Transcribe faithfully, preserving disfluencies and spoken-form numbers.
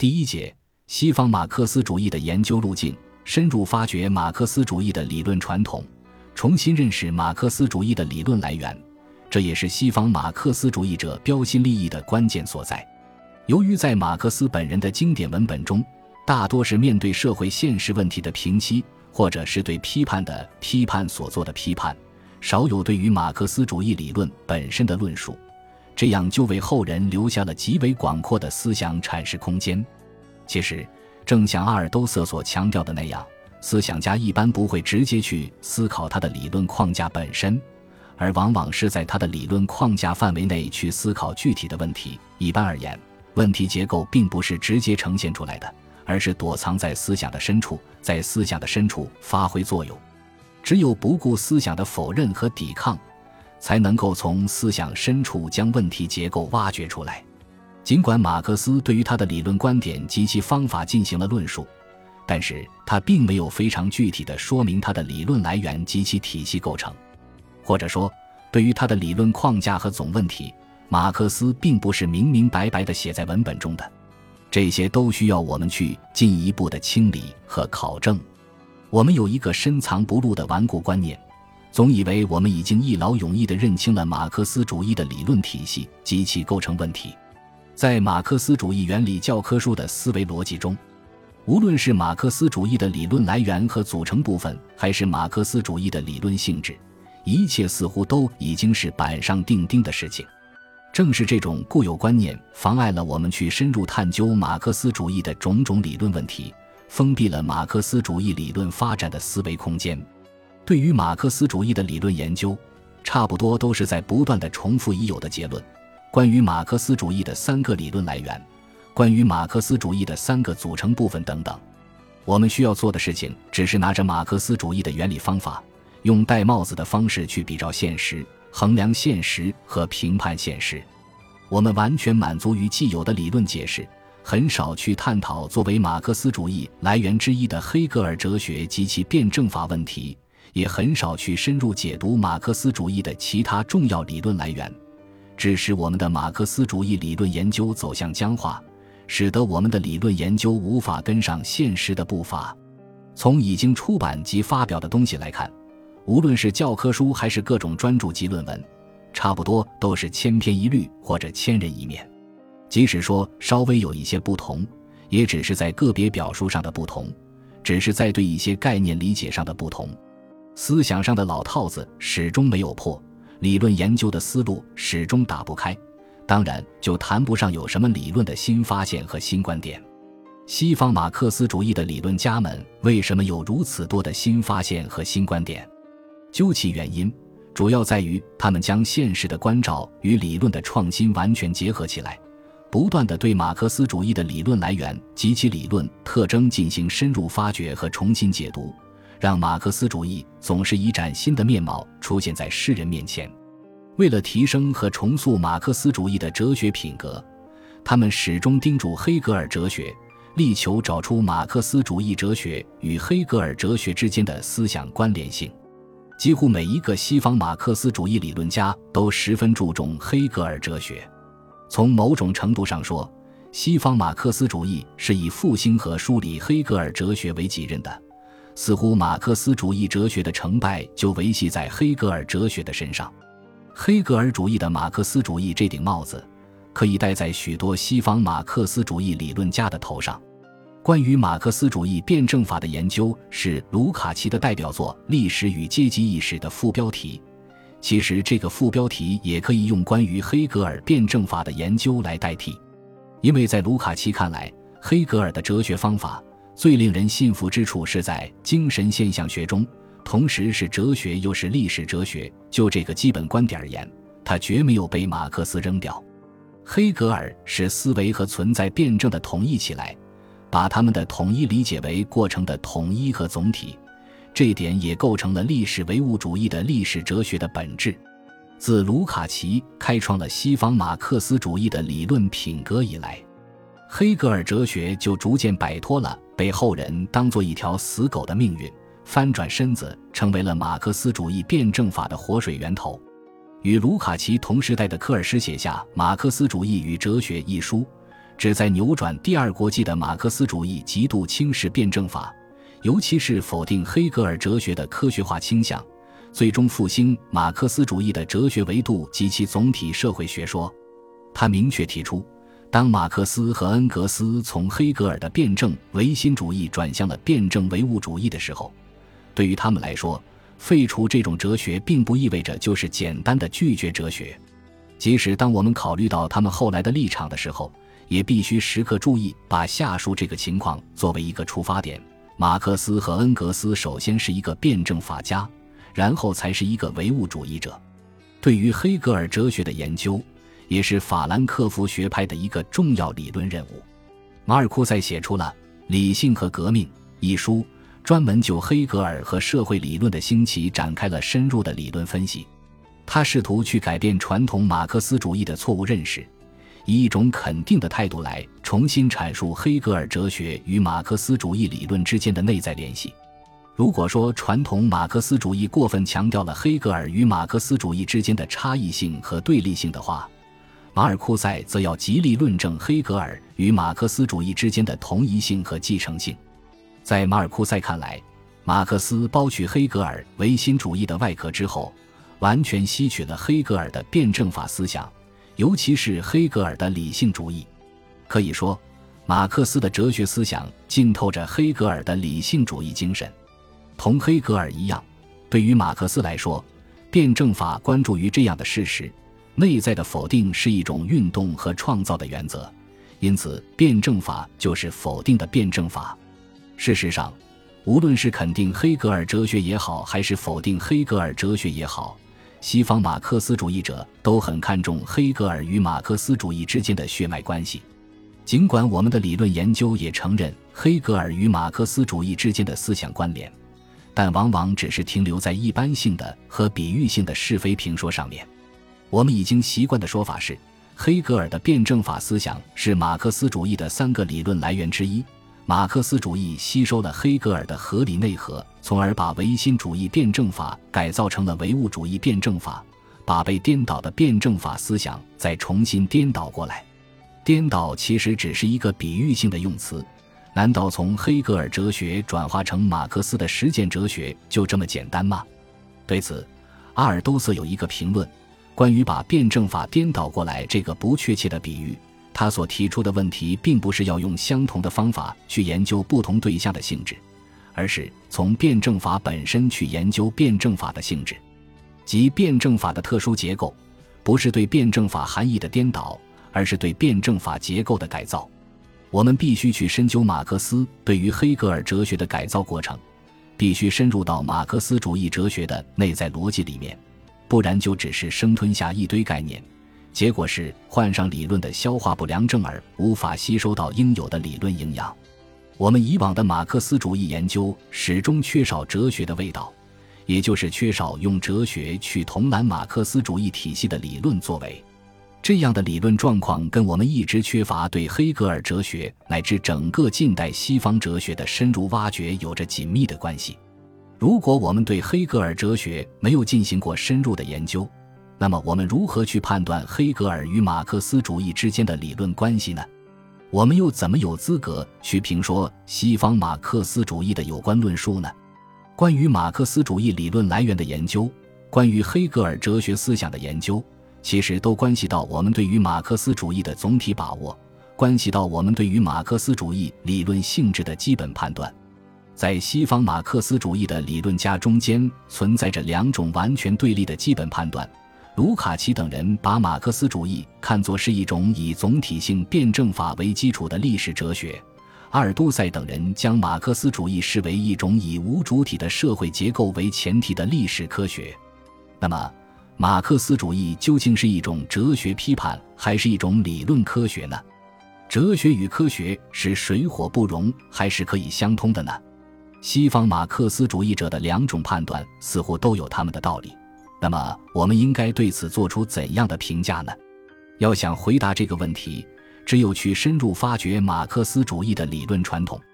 第一节，西方马克思主义的研究路径，深入发掘马克思主义的理论传统，重新认识马克思主义的理论来源，这也是西方马克思主义者标新立异的关键所在。由于在马克思本人的经典文本中，大多是面对社会现实问题的评析，或者是对批判的批判所做的批判，少有对于马克思主义理论本身的论述，这样就为后人留下了极为广阔的思想阐释空间。其实正像阿尔都塞所强调的那样，思想家一般不会直接去思考他的理论框架本身，而往往是在他的理论框架范围内去思考具体的问题。一般而言，问题结构并不是直接呈现出来的，而是躲藏在思想的深处，在思想的深处发挥作用。只有不顾思想的否认和抵抗，才能够从思想深处将问题结构挖掘出来。尽管马克思对于他的理论观点及其方法进行了论述，但是他并没有非常具体地说明他的理论来源及其体系构成。或者说，对于他的理论框架和总问题，马克思并不是明明白白地写在文本中的，这些都需要我们去进一步的清理和考证。我们有一个深藏不露的顽固观念，总以为我们已经一劳永逸地认清了马克思主义的理论体系及其构成问题。在马克思主义原理教科书的思维逻辑中，无论是马克思主义的理论来源和组成部分，还是马克思主义的理论性质，一切似乎都已经是板上钉钉的事情。正是这种固有观念妨碍了我们去深入探究马克思主义的种种理论问题，封闭了马克思主义理论发展的思维空间。对于马克思主义的理论研究，差不多都是在不断地重复已有的结论，关于马克思主义的三个理论来源，关于马克思主义的三个组成部分等等。我们需要做的事情只是拿着马克思主义的原理方法，用戴帽子的方式去比照现实，衡量现实和评判现实。我们完全满足于既有的理论解释，很少去探讨作为马克思主义来源之一的黑格尔哲学及其辩证法问题，也很少去深入解读马克思主义的其他重要理论来源，致使我们的马克思主义理论研究走向僵化，使得我们的理论研究无法跟上现实的步伐。从已经出版及发表的东西来看，无论是教科书还是各种专著及论文，差不多都是千篇一律或者千人一面。即使说稍微有一些不同，也只是在个别表述上的不同，只是在对一些概念理解上的不同。思想上的老套子始终没有破，理论研究的思路始终打不开，当然就谈不上有什么理论的新发现和新观点。西方马克思主义的理论家们为什么有如此多的新发现和新观点？究其原因，主要在于他们将现实的关照与理论的创新完全结合起来，不断地对马克思主义的理论来源及其理论特征进行深入发掘和重新解读，让马克思主义总是以崭新的面貌出现在世人面前。为了提升和重塑马克思主义的哲学品格，他们始终叮嘱黑格尔哲学，力求找出马克思主义哲学与黑格尔哲学之间的思想关联性。几乎每一个西方马克思主义理论家都十分注重黑格尔哲学。从某种程度上说，西方马克思主义是以复兴和梳理黑格尔哲学为己任的，似乎马克思主义哲学的成败就维系在黑格尔哲学的身上。黑格尔主义的马克思主义这顶帽子可以戴在许多西方马克思主义理论家的头上。关于马克思主义辩证法的研究是卢卡奇的代表作《历史与阶级意识》的副标题，其实这个副标题也可以用关于黑格尔辩证法的研究来代替，因为在卢卡奇看来，黑格尔的哲学方法最令人信服之处是在精神现象学中，同时是哲学又是历史哲学。就这个基本观点而言，他绝没有被马克思扔掉。黑格尔使思维和存在辩证的统一起来，把他们的统一理解为过程的统一和总体，这点也构成了历史唯物主义的历史哲学的本质。自卢卡奇开创了西方马克思主义的理论品格以来，黑格尔哲学就逐渐摆脱了被后人当作一条死狗的命运，翻转身子成为了马克思主义辩证法的活水源头。与卢卡奇同时代的科尔施写下《马克思主义与哲学》一书， 旨在扭转第二国际的马克思主义极度轻视辩证法，尤其是否定黑格尔哲学的科学化倾向，最终复兴马克思主义的哲学维度及其总体社会学说。他明确提出，当马克思和恩格斯从黑格尔的辩证唯心主义转向了辩证唯物主义的时候，对于他们来说，废除这种哲学并不意味着就是简单的拒绝哲学。即使当我们考虑到他们后来的立场的时候，也必须时刻注意把下述这个情况作为一个出发点：马克思和恩格斯首先是一个辩证法家，然后才是一个唯物主义者。对于黑格尔哲学的研究，也是法兰克福学派的一个重要理论任务。马尔库塞写出了《理性和革命》一书，专门就黑格尔和社会理论的兴起展开了深入的理论分析。他试图去改变传统马克思主义的错误认识，以一种肯定的态度来重新阐述黑格尔哲学与马克思主义理论之间的内在联系。如果说传统马克思主义过分强调了黑格尔与马克思主义之间的差异性和对立性的话，马尔库塞则要极力论证黑格尔与马克思主义之间的同一性和继承性。在马尔库塞看来，马克思剥去黑格尔唯心主义的外壳之后，完全吸取了黑格尔的辩证法思想，尤其是黑格尔的理性主义。可以说，马克思的哲学思想浸透着黑格尔的理性主义精神。同黑格尔一样，对于马克思来说，辩证法关注于这样的事实：内在的否定是一种运动和创造的原则，因此辩证法就是否定的辩证法。事实上，无论是肯定黑格尔哲学也好，还是否定黑格尔哲学也好，西方马克思主义者都很看重黑格尔与马克思主义之间的血脉关系。尽管我们的理论研究也承认黑格尔与马克思主义之间的思想关联，但往往只是停留在一般性的和比喻性的是非评说上面。我们已经习惯的说法是，黑格尔的辩证法思想是马克思主义的三个理论来源之一。马克思主义吸收了黑格尔的合理内核，从而把唯心主义辩证法改造成了唯物主义辩证法，把被颠倒的辩证法思想再重新颠倒过来。颠倒其实只是一个比喻性的用词，难道从黑格尔哲学转化成马克思的实践哲学就这么简单吗？对此，阿尔都塞有一个评论，关于把辩证法颠倒过来这个不确切的比喻，他所提出的问题并不是要用相同的方法去研究不同对象的性质，而是从辩证法本身去研究辩证法的性质，即辩证法的特殊结构，不是对辩证法含义的颠倒，而是对辩证法结构的改造。我们必须去深究马克思对于黑格尔哲学的改造过程，必须深入到马克思主义哲学的内在逻辑里面，不然就只是生吞下一堆概念，结果是患上理论的消化不良症，而无法吸收到应有的理论营养。我们以往的马克思主义研究始终缺少哲学的味道，也就是缺少用哲学去统揽马克思主义体系的理论作为。这样的理论状况跟我们一直缺乏对黑格尔哲学乃至整个近代西方哲学的深入挖掘有着紧密的关系。如果我们对黑格尔哲学没有进行过深入的研究，那么我们如何去判断黑格尔与马克思主义之间的理论关系呢？我们又怎么有资格去评说西方马克思主义的有关论述呢？关于马克思主义理论来源的研究，关于黑格尔哲学思想的研究，其实都关系到我们对于马克思主义的总体把握，关系到我们对于马克思主义理论性质的基本判断。在西方马克思主义的理论家中间存在着两种完全对立的基本判断。卢卡奇等人把马克思主义看作是一种以总体性辩证法为基础的历史哲学，阿尔都塞等人将马克思主义视为一种以无主体的社会结构为前提的历史科学。那么马克思主义究竟是一种哲学批判还是一种理论科学呢？哲学与科学是水火不容还是可以相通的呢？西方马克思主义者的两种判断似乎都有他们的道理，那么我们应该对此做出怎样的评价呢？要想回答这个问题，只有去深入发掘马克思主义的理论传统。